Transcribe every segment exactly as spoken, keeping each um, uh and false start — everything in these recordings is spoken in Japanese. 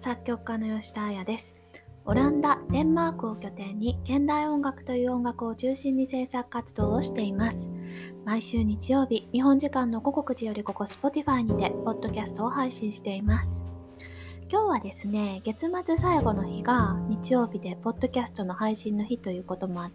作曲家の吉田彩です。オランダ、デンマークを拠点に現代音楽という音楽を中心に制作活動をしています。毎週日曜日、日本時間の午後くじよりここ Spotify にてポッドキャストを配信しています。今日はですね、月末最後の日が日曜日でポッドキャストの配信の日ということもあって、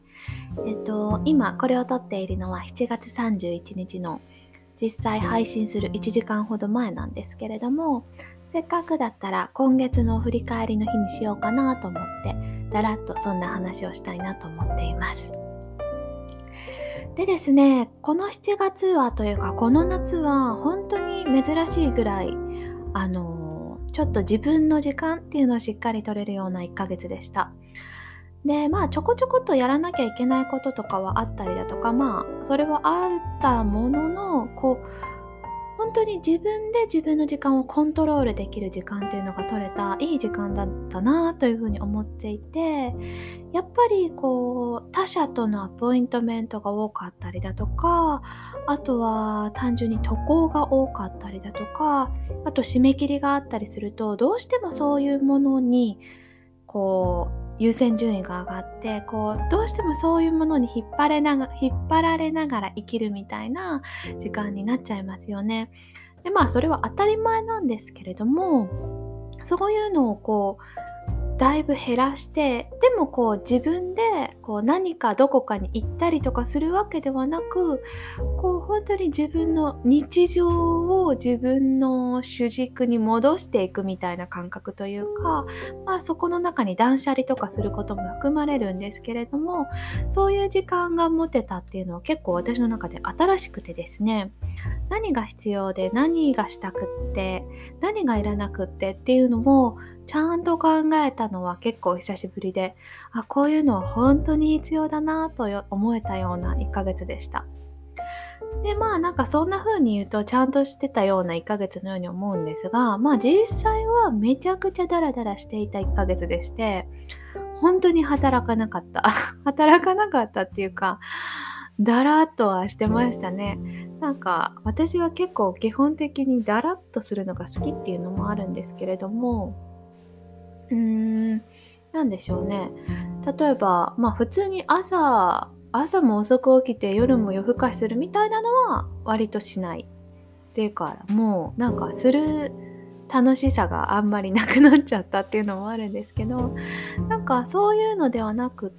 えっと、今これを撮っているのはしちがつさんじゅういちにちの実際配信するいちじかんほど前なんですけれども、せっかくだったら今月の振り返りの日にしようかなと思ってだらっとそんな話をしたいなと思っています。でですね、このしちがつはというかこの夏は本当に珍しいぐらいあのちょっと自分の時間っていうのをしっかり取れるようないっかげつでした。でまあちょこちょこっとやらなきゃいけないこととかはあったりだとか、まあそれはあったもののこう本当に自分で自分の時間をコントロールできる時間っていうのが取れたいい時間だったなというふうに思っていて、やっぱりこう他者とのアポイントメントが多かったりだとか、あとは単純に渡航が多かったりだとか、あと締め切りがあったりするとどうしてもそういうものにこう優先順位が上がって、こうどうしてもそういうものに引っ張れなが引っ張られながら生きるみたいな時間になっちゃいますよね。でまあそれは当たり前なんですけれども、そういうのをこうだいぶ減らして、でもこう自分でこう何かどこかに行ったりとかするわけではなく、こう本当に自分の日常を自分の主軸に戻していくみたいな感覚というか、まあそこの中に断捨離とかすることも含まれるんですけれども、そういう時間が持てたっていうのは結構私の中で新しくてですね、何が必要で何がしたくって何がいらなくってっていうのをちゃんと考えたのは結構久しぶりで、あ、こういうのは本当に必要だなと思えたようないっかげつでした。でまあなんかそんな風に言うとちゃんとしてたようないっかげつのように思うんですが、まあ実際はめちゃくちゃダラダラしていたいっかげつでして、本当に働かなかった働かなかったっていうか、だらっとはしてましたね。なんか私は結構基本的にだらっとするのが好きっていうのもあるんですけれども、うーん、なんでしょうね。例えば、まあ普通に朝、朝も遅く起きて夜も夜更かしするみたいなのは割としない。っていうか、もうなんかする楽しさがあんまりなくなっちゃったっていうのもあるんですけど、なんかそういうのではなくって、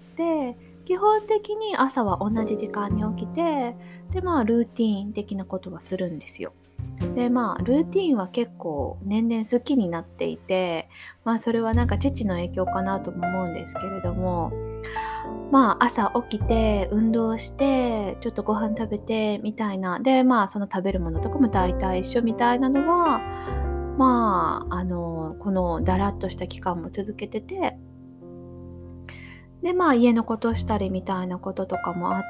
基本的に朝は同じ時間に起きて、でまあルーティーン的なことはするんですよ。でまあルーティーンは結構年々好きになっていて、まあそれはなんか父の影響かなとも思うんですけれども、まあ朝起きて運動してちょっとご飯食べてみたいな、でまあその食べるものとかも大体一緒みたいなのは、まああのこのだらっとした期間も続けてて、でまあ家のことしたりみたいなこととかもあって、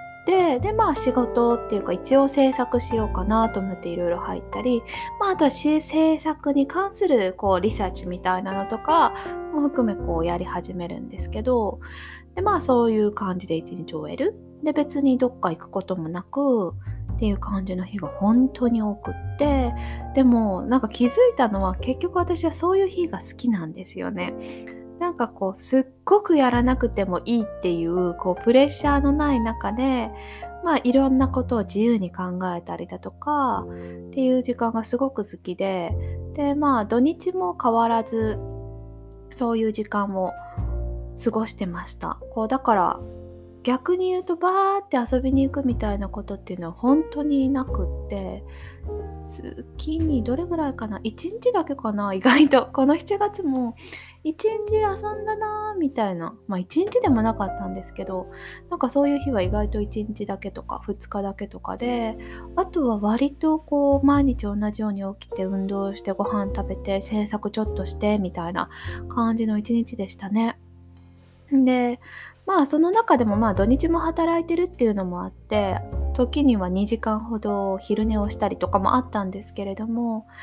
でまあ仕事っていうか一応制作しようかなと思っていろいろ入ったり、まああとは制作に関するこうリサーチみたいなのとかも含めこうやり始めるんですけど、でまあそういう感じで一日終える。で別にどっか行くこともなくっていう感じの日が本当に多くって、でもなんか気づいたのは結局私はそういう日が好きなんですよね。なんかこうすっごくやらなくてもいいっていうこうプレッシャーのない中で、まあいろんなことを自由に考えたりだとかっていう時間がすごく好きで、でまあ土日も変わらずそういう時間を過ごしてました。こうだから逆に言うとバーって遊びに行くみたいなことっていうのは本当になくって、月にどれぐらいかな、いちにちだけかな、意外とこのしちがつもいちにち遊んだなみたいな、まあいちにちでもなかったんですけど、なんかそういう日は意外といちにちだけとかふつかだけとかで、あとは割とこう毎日同じように起きて運動してご飯食べて制作ちょっとしてみたいな感じのいちにちでしたね。でまあその中でもまあ土日も働いてるっていうのもあって、時にはにじかんほど昼寝をしたりとかもあったんですけれども、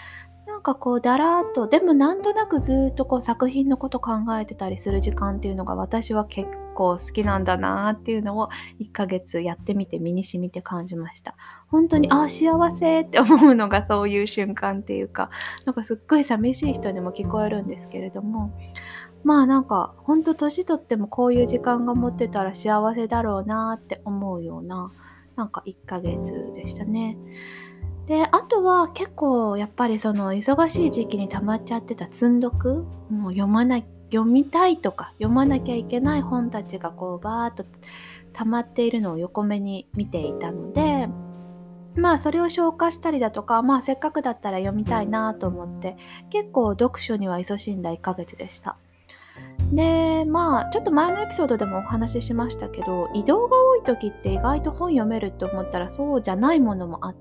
なんかこうだらーっと、でもなんとなくずっとこう作品のこと考えてたりする時間っていうのが私は結構好きなんだなっていうのをいっかげつやってみて身に染みて感じました。本当にあ幸せって思うのがそういう瞬間っていうか、なんかすっごい寂しい人にも聞こえるんですけれども、まあなんか本当年取ってもこういう時間が持ってたら幸せだろうなって思うような、なんかいっかげつでしたね。で、あとは結構やっぱりその忙しい時期に溜まっちゃってた積んどく、もう読まな読みたいとか読まなきゃいけない本たちがこうバーっと溜まっているのを横目に見ていたので、まあそれを消化したりだとか、まあせっかくだったら読みたいなと思って結構読書には勤しんだいっかげつでした。で、まあちょっと前のエピソードでもお話ししましたけど、移動が多い時って意外と本読めると思ったらそうじゃないものもあって、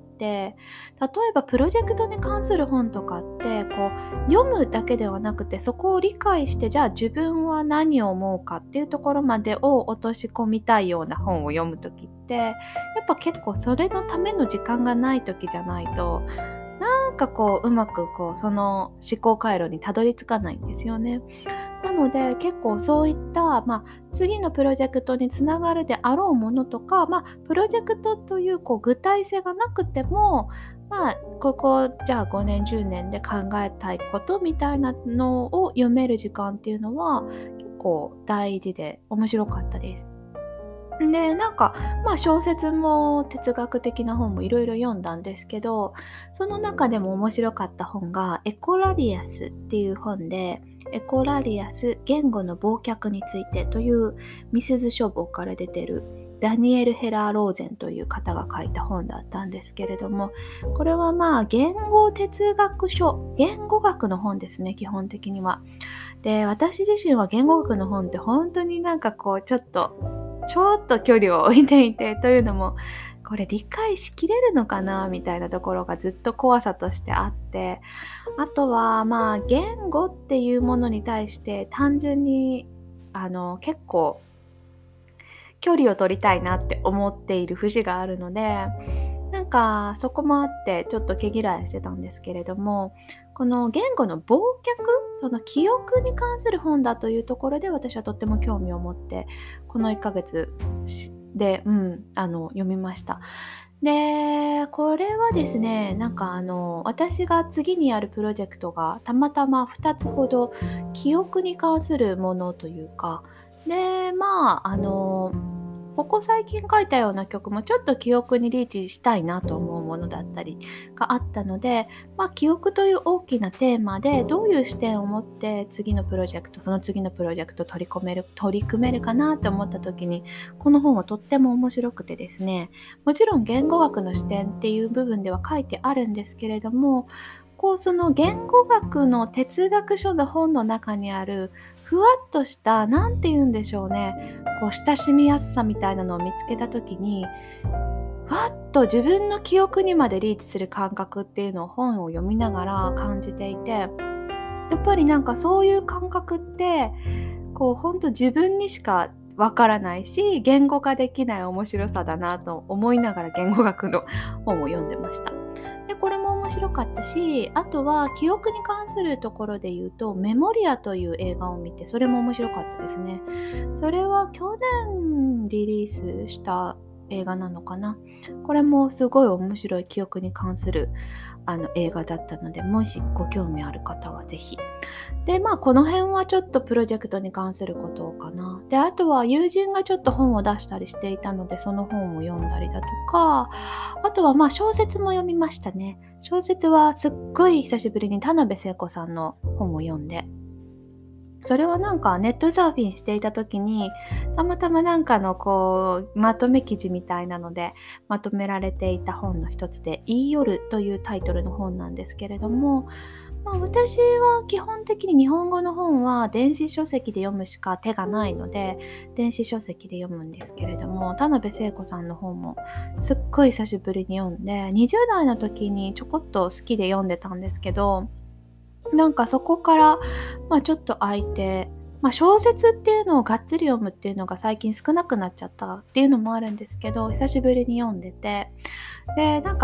例えばプロジェクトに関する本とかってこう読むだけではなくて、そこを理解して、じゃあ自分は何を思うかっていうところまでを落とし込みたいような本を読む時って、やっぱ結構それのための時間がない時じゃないと、なんかこううまくこうその思考回路にたどり着かないんですよね。なので結構そういった、まあ、次のプロジェクトにつながるであろうものとか、まあ、プロジェクトという、こう具体性がなくても、まあ、ここじゃあごねんじゅうねんで考えたいことみたいなのを読める時間っていうのは結構大事で面白かったです。で、なんか、まあ小説も哲学的な本もいろいろ読んだんですけど、その中でも面白かった本がエコラリアスっていう本で、エコラリアス言語の忘却についてというミスズ書房から出てるダニエル・ヘラー・ローゼンという方が書いた本だったんですけれども、これはまあ言語哲学書、言語学の本ですね、基本的には。で、私自身は言語学の本って本当になんかこうちょっとちょっと距離を置いていて、というのもこれ理解しきれるのかなみたいなところがずっと怖さとしてあって、あとはまあ言語っていうものに対して単純にあの結構距離を取りたいなって思っている節があるので、なんかそこもあってちょっと毛嫌いしてたんですけれども、この言語の忘却、その記憶に関する本だというところで私はとっても興味を持ってこのいっかげつで、うん、あの読みました。で、これはですね、なんかあの私が次にやるプロジェクトがたまたまふたつほど記憶に関するものというか、で、まああのここ最近書いたような曲もちょっと記憶にリーチしたいなと思うものだったりがあったので、まあ、記憶という大きなテーマでどういう視点を持って次のプロジェクト、その次のプロジェクト取り込める、取り組めるかなと思った時に、この本はとっても面白くてですね、もちろん言語学の視点っていう部分では書いてあるんですけれども、こうその言語学の哲学書の本の中にあるふわっとした、なんて言うんでしょうね、こう親しみやすさみたいなのを見つけたときに、ふわっと自分の記憶にまでリーチする感覚っていうのを本を読みながら感じていて、やっぱりなんかそういう感覚ってこう本当自分にしかわからないし、言語化できない面白さだなと思いながら言語学の本を読んでました。で、これも面白かったし、あとは記憶に関するところで言うとメモリアという映画を見て、それも面白かったですね。それは去年リリースした映画なのかな。これもすごい面白い記憶に関するあの映画だったので、もしご興味ある方はぜひ。で、まあこの辺はちょっとプロジェクトに関することかな。で、あとは友人がちょっと本を出したりしていたので、その本を読んだりだとか、あとはまあ小説も読みましたね。小説はすっごい久しぶりに田辺聖子さんの本を読んで、それはなんかネットサーフィンしていた時にたまたまなんかのこうまとめ記事みたいなのでまとめられていた本の一つで言い夜というタイトルの本なんですけれども、まあ、私は基本的に日本語の本は電子書籍で読むしか手がないので電子書籍で読むんですけれども、田辺聖子さんの本もすっごい久しぶりに読んで、にじゅう代の時にちょこっと好きで読んでたんですけど、なんかそこから、まあ、ちょっと空いて、まあ、小説っていうのをがっつり読むっていうのが最近少なくなっちゃったっていうのもあるんですけど、久しぶりに読んでて、でなんか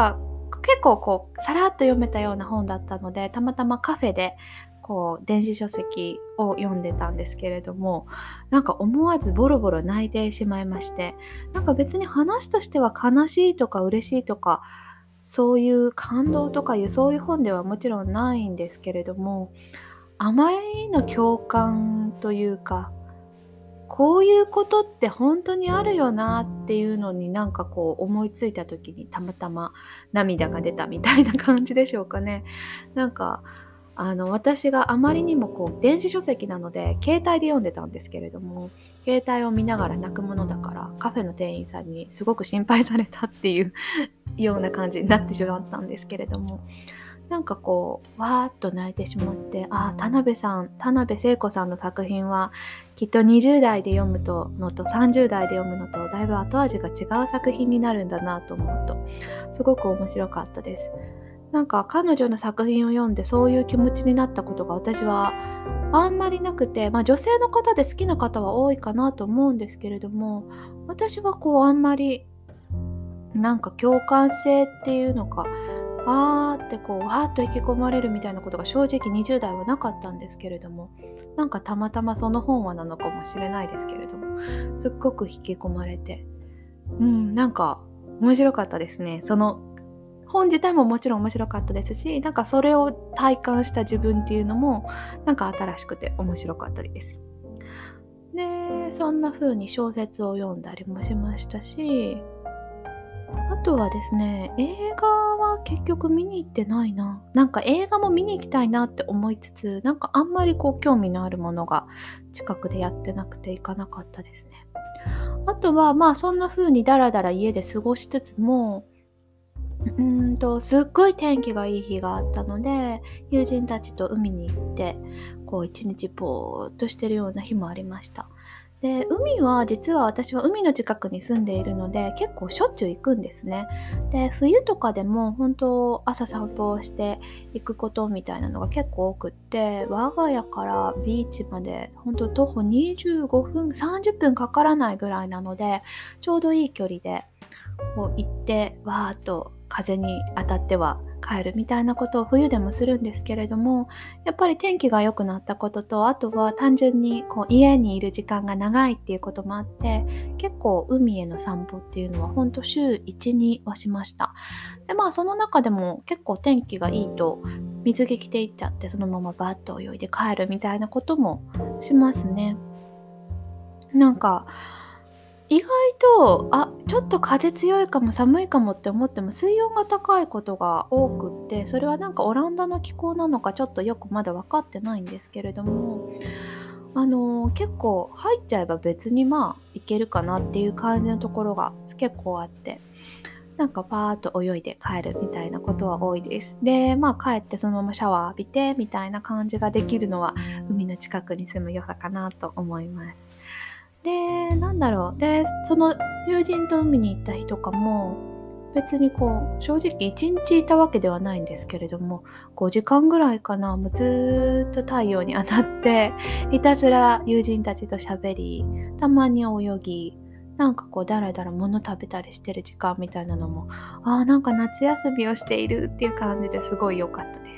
結構こうさらっと読めたような本だったので、たまたまカフェでこう電子書籍を読んでたんですけれども、なんか思わずボロボロ泣いてしまいまして、なんか別に話としては悲しいとか嬉しいとかそういう感動とかいうそういう本ではもちろんないんですけれども、あまりの共感というか、こういうことって本当にあるよなっていうのになんかこう思いついた時にたまたま涙が出たみたいな感じでしょうかね。なんかあの私があまりにもこう電子書籍なので携帯で読んでたんですけれども、携帯を見ながら泣くものだからカフェの店員さんにすごく心配されたっていうような感じになってしまったんですけれども、なんかこうわーっと泣いてしまって、ああ田辺さん田辺聖子さんの作品はきっとにじゅう代で読むとのとさんじゅう代で読むのとだいぶ後味が違う作品になるんだなと思うとすごく面白かったです。なんか彼女の作品を読んでそういう気持ちになったことが私はあんまりなくて、まあ、女性の方で好きな方は多いかなと思うんですけれども、私はこうあんまりなんか共感性っていうのか、あーってこうわーっと引き込まれるみたいなことが正直にじゅう代はなかったんですけれども、なんかたまたまその本はなのかもしれないですけれども、すっごく引き込まれて、うんなんか面白かったですね。その本自体ももちろん面白かったですし、なんかそれを体感した自分っていうのもなんか新しくて面白かったです。で、そんな風に小説を読んだりもしましたし、あとはですね、映画は結局見に行ってないな。なんか映画も見に行きたいなって思いつつ、なんかあんまりこう興味のあるものが近くでやってなくて行かなかったですね。あとはまあそんな風にダラダラ家で過ごしつつも、うーんとすっごい天気がいい日があったので、友人たちと海に行ってこう一日ぼーっとしてるような日もありました。で、海は実は私は海の近くに住んでいるので結構しょっちゅう行くんですね。で、冬とかでも本当朝散歩をして行くことみたいなのが結構多くって、我が家からビーチまで本当徒歩にじゅうごふんさんじゅっぷんかからないぐらいなので、ちょうどいい距離でこう行ってわーっと風に当たっては帰るみたいなことを冬でもするんですけれども、やっぱり天気が良くなったことと、あとは単純にこう家にいる時間が長いっていうこともあって、結構海への散歩っていうのはほんと週いち、にはしました。でまあその中でも結構天気がいいと水着着ていっちゃってそのままバッと泳いで帰るみたいなこともしますね。なんか意外とあちょっと風強いかも寒いかもって思っても水温が高いことが多くって、それはなんかオランダの気候なのかちょっとよくまだ分かってないんですけれども、あのー結構入っちゃえば別にまあいけるかなっていう感じのところが結構あって、なんかパーッと泳いで帰るみたいなことは多いです。でまあ帰ってそのままシャワー浴びてみたいな感じができるのは海の近くに住む良さかなと思います。で、なんだろう。で、その友人と海に行った日とかも、別にこう、正直一日いたわけではないんですけれども、ごじかんぐらいかな、もうずーっと太陽に当たって、ひたすら友人たちと喋り、たまに泳ぎ、なんかこう、だらだら物食べたりしてる時間みたいなのも、あーなんか夏休みをしているっていう感じですごい良かったです。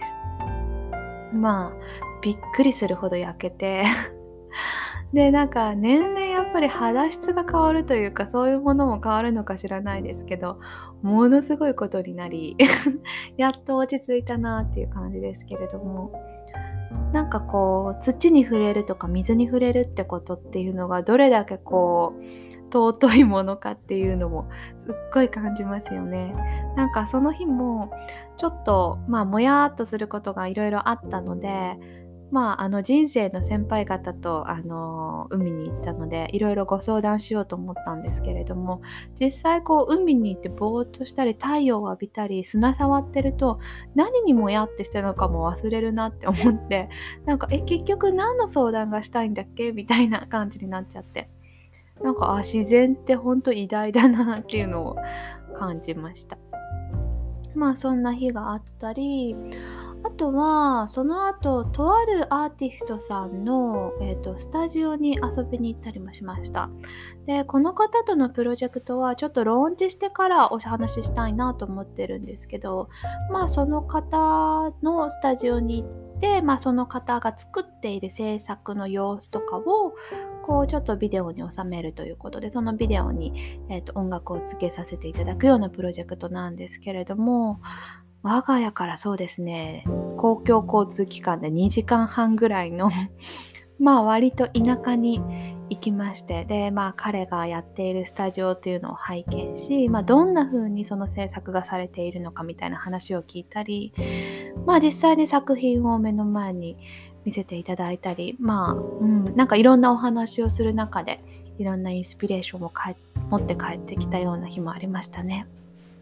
まあ、びっくりするほど焼けて、でなんか年々やっぱり肌質が変わるというか、そういうものも変わるのか知らないですけど、ものすごいことになりやっと落ち着いたなっていう感じですけれども、なんかこう土に触れるとか水に触れるってことっていうのがどれだけこう尊いものかっていうのもすっごい感じますよね。なんかその日もちょっとまあもやーっとすることがいろいろあったので、まあ、あの人生の先輩方と、あの海に行ったのでいろいろご相談しようと思ったんですけれども、実際こう海に行ってぼーっとしたり太陽を浴びたり砂触ってると何にもやってしてるのかも忘れるなって思って、なんかえ結局何の相談がしたいんだっけみたいな感じになっちゃって、なんかあ自然ってほんと偉大だなっていうのを感じました。まあそんな日があったり、あとはその後とあるアーティストさんの、えーと、スタジオに遊びに行ったりもしました。でこの方とのプロジェクトはちょっとローンチしてからお話ししたいなと思ってるんですけど、まあその方のスタジオに行って、まあ、その方が作っている制作の様子とかをこうちょっとビデオに収めるということで、そのビデオに、えーと、音楽をつけさせていただくようなプロジェクトなんですけれども、我が家からそうですね、公共交通機関でにじかんはんぐらいのまあ割と田舎に行きまして、でまあ彼がやっているスタジオというのを拝見し、まあどんな風にその制作がされているのかみたいな話を聞いたり、まあ実際に作品を目の前に見せていただいたり、まあ、うん、なんかいろんなお話をする中でいろんなインスピレーションを持って帰ってきたような日もありましたね。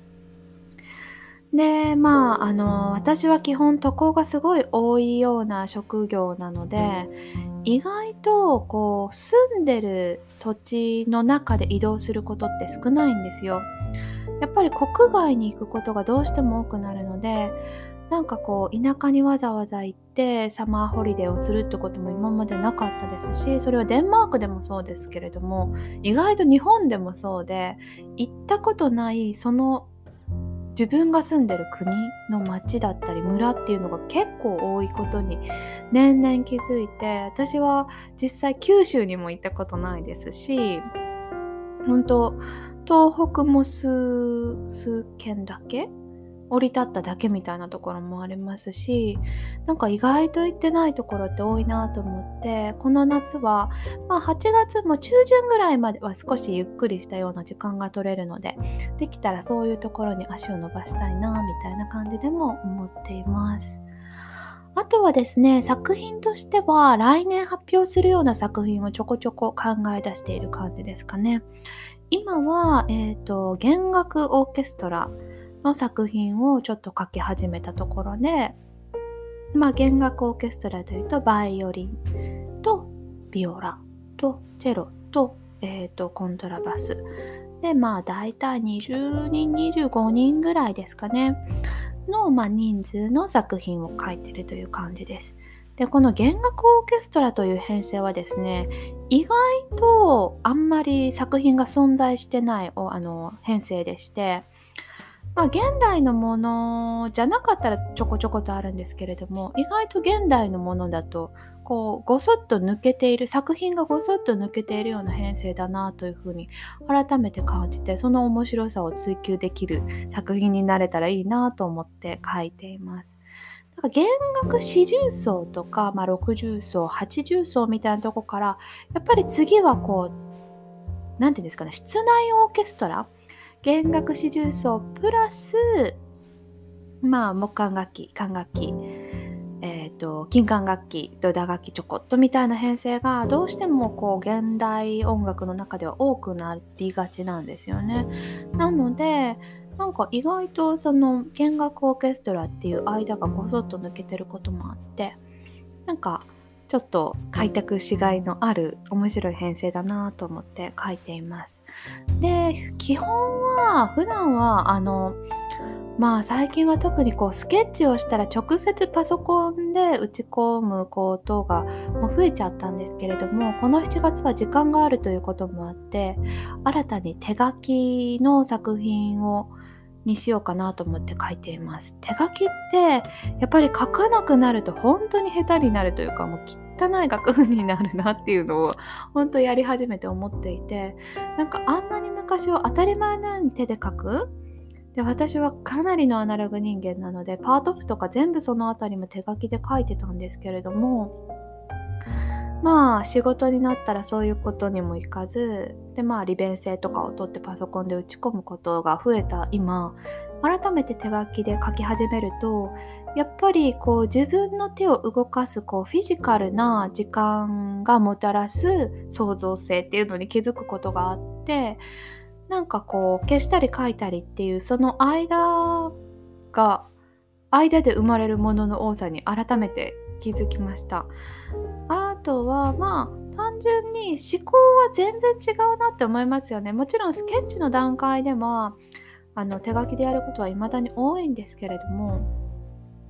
で、まあ、あの、私は基本渡航がすごい多いような職業なので、意外とこう住んでる土地の中で移動することって少ないんですよ。やっぱり国外に行くことがどうしても多くなるので、なんかこう田舎にわざわざ行ってサマーホリデーをするってことも今までなかったですし、それはデンマークでもそうですけれども、意外と日本でもそうで、行ったことないその自分が住んでる国の町だったり村っていうのが結構多いことに年々気づいて、私は実際九州にも行ったことないですし、本当東北も数数県だけ降り立っただけみたいなところもありますし、なんか意外と行ってないところって多いなと思って、この夏は、まあ、はちがつも中旬ぐらいまでは少しゆっくりしたような時間が取れるので、できたらそういうところに足を伸ばしたいなみたいな感じでも思っています。あとはですね、作品としては来年発表するような作品をちょこちょこ考え出している感じですかね。今は、えーと、弦楽オーケストラの作品をちょっと書き始めたところで、まあ弦楽オーケストラというとバイオリンとビオラとチェロと、えーとコントラバスで、まあだいたいにじゅうにんにじゅうごにんぐらいですかねの、まあ、人数の作品を書いているという感じです。でこの弦楽オーケストラという編成はですね、意外とあんまり作品が存在してないあの編成でして、まあ、現代のものじゃなかったらちょこちょことあるんですけれども、意外と現代のものだとこうごそっと抜けている作品がごそっと抜けているような編成だなというふうに改めて感じて、その面白さを追求できる作品になれたらいいなと思って書いています。だから弦楽四重奏とか、まあ、六重奏八重奏みたいなとこからやっぱり次はこうなんていうんですかね、室内オーケストラ、弦楽四重奏プラス、まあ、木管楽器、管楽器、えーと、金管楽器と打楽器ちょこっとみたいな編成がどうしてもこう現代音楽の中では多くなりがちなんですよね。なのでなんか意外とその弦楽オーケストラっていう間がごそっと抜けてることもあって、なんかちょっと開拓しがいのある面白い編成だなと思って書いています。で、基本は普段はあのまあ最近は特にこうスケッチをしたら直接パソコンで打ち込むことがもう増えちゃったんですけれども、このしちがつは時間があるということもあって、新たに手書きの作品をにしようかなと思って書いています。手書きってやっぱり書かなくなると本当に下手になるというか、もう汚い楽譜になるなっていうのを本当やり始めて思っていて、なんかあんなに昔は当たり前のように手で書く、で私はかなりのアナログ人間なのでパート譜とか全部そのあたりも手書きで書いてたんですけれども、まあ仕事になったらそういうことにもいかず、でまあ利便性とかを取ってパソコンで打ち込むことが増えた今、改めて手書きで書き始めると、やっぱりこう自分の手を動かすこうフィジカルな時間がもたらす創造性っていうのに気づくことがあって、なんかこう消したり書いたりっていうその間が間で生まれるものの多さに改めて気づきました。あとはまあ単純に思考は全然違うなって思いますよね。もちろんスケッチの段階ではあの手書きでやることは未だに多いんですけれども、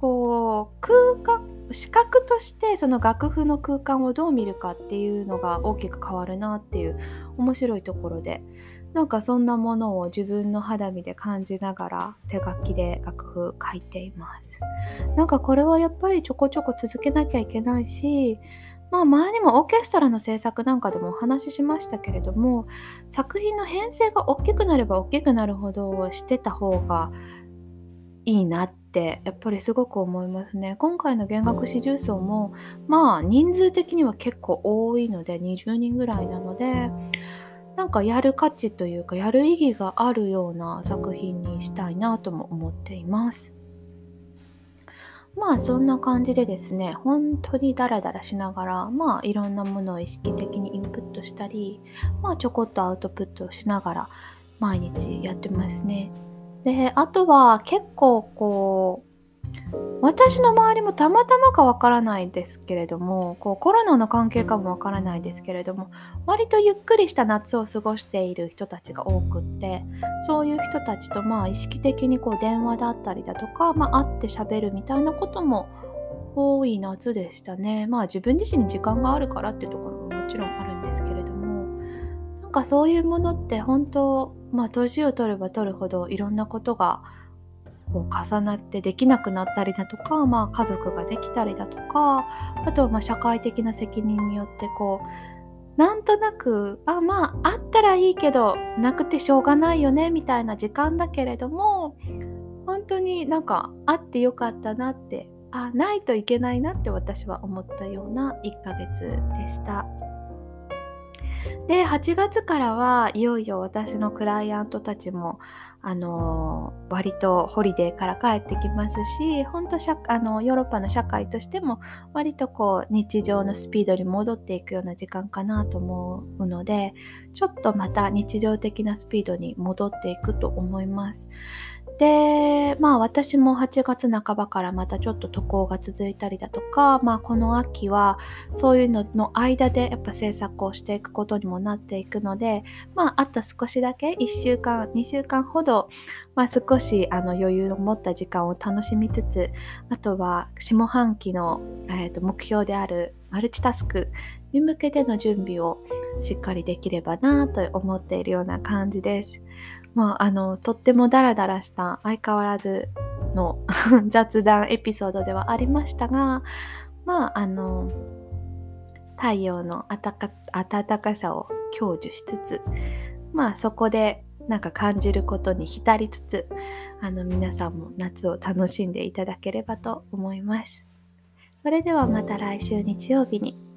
こう空間視覚としてその楽譜の空間をどう見るかっていうのが大きく変わるなっていう面白いところで、なんかそんなものを自分の肌身で感じながら手書きで楽譜書いています。なんかこれはやっぱりちょこちょこ続けなきゃいけないし、まあ前にもオーケストラの制作なんかでもお話ししましたけれども、作品の編成が大きくなれば大きくなるほどしてた方がいいなってやっぱりすごく思いますね。今回の弦楽四重奏もまあ人数的には結構多いのでにじゅうにんぐらいなので、なんかやる価値というかやる意義があるような作品にしたいなとも思っています。まあそんな感じでですね、本当にダラダラしながら、まあいろんなものを意識的にインプットしたり、まあちょこっとアウトプットをしながら毎日やってますね。で、あとは結構こう、私の周りもたまたまかわからないですけれども、こうコロナの関係かもわからないですけれども、割とゆっくりした夏を過ごしている人たちが多くって、そういう人たちとまあ意識的にこう電話だったりだとか、まあ会って喋るみたいなことも多い夏でしたね。まあ自分自身に時間があるからっていうところももちろんあるんですけれども、なんかそういうものって本当、まあ年を取れば取るほどいろんなことがこう重なってできなくなったりだとか、まあ、家族ができたりだとか、あとはまあ社会的な責任によってこうなんとなくあまああったらいいけどなくてしょうがないよねみたいな時間だけれども、本当になんかあってよかったなって、あないといけないなって私は思ったようないっかげつでした。で、はちがつからはいよいよ私のクライアントたちも、あのー割とホリデーから帰ってきますし、本当社あのヨーロッパの社会としても割とこう日常のスピードに戻っていくような時間かなと思うので、ちょっとまた日常的なスピードに戻っていくと思います。で、まあ私もはちがつなかばからまたちょっと渡航が続いたりだとか、まあこの秋はそういうのの間でやっぱ制作をしていくことにもなっていくので、まああと少しだけいっしゅうかん、にしゅうかんほど、まあ少しあの余裕を持った時間を楽しみつつ、あとは下半期の、えーと目標であるマルチタスクに向けての準備をしっかりできればなと思っているような感じです。まあ、あの、とってもダラダラした相変わらずの雑談エピソードではありましたが、まあ、あの、太陽のあたか暖かさを享受しつつ、まあそこでなんか感じることに浸りつつ、あの皆さんも夏を楽しんでいただければと思います。それではまた来週日曜日に。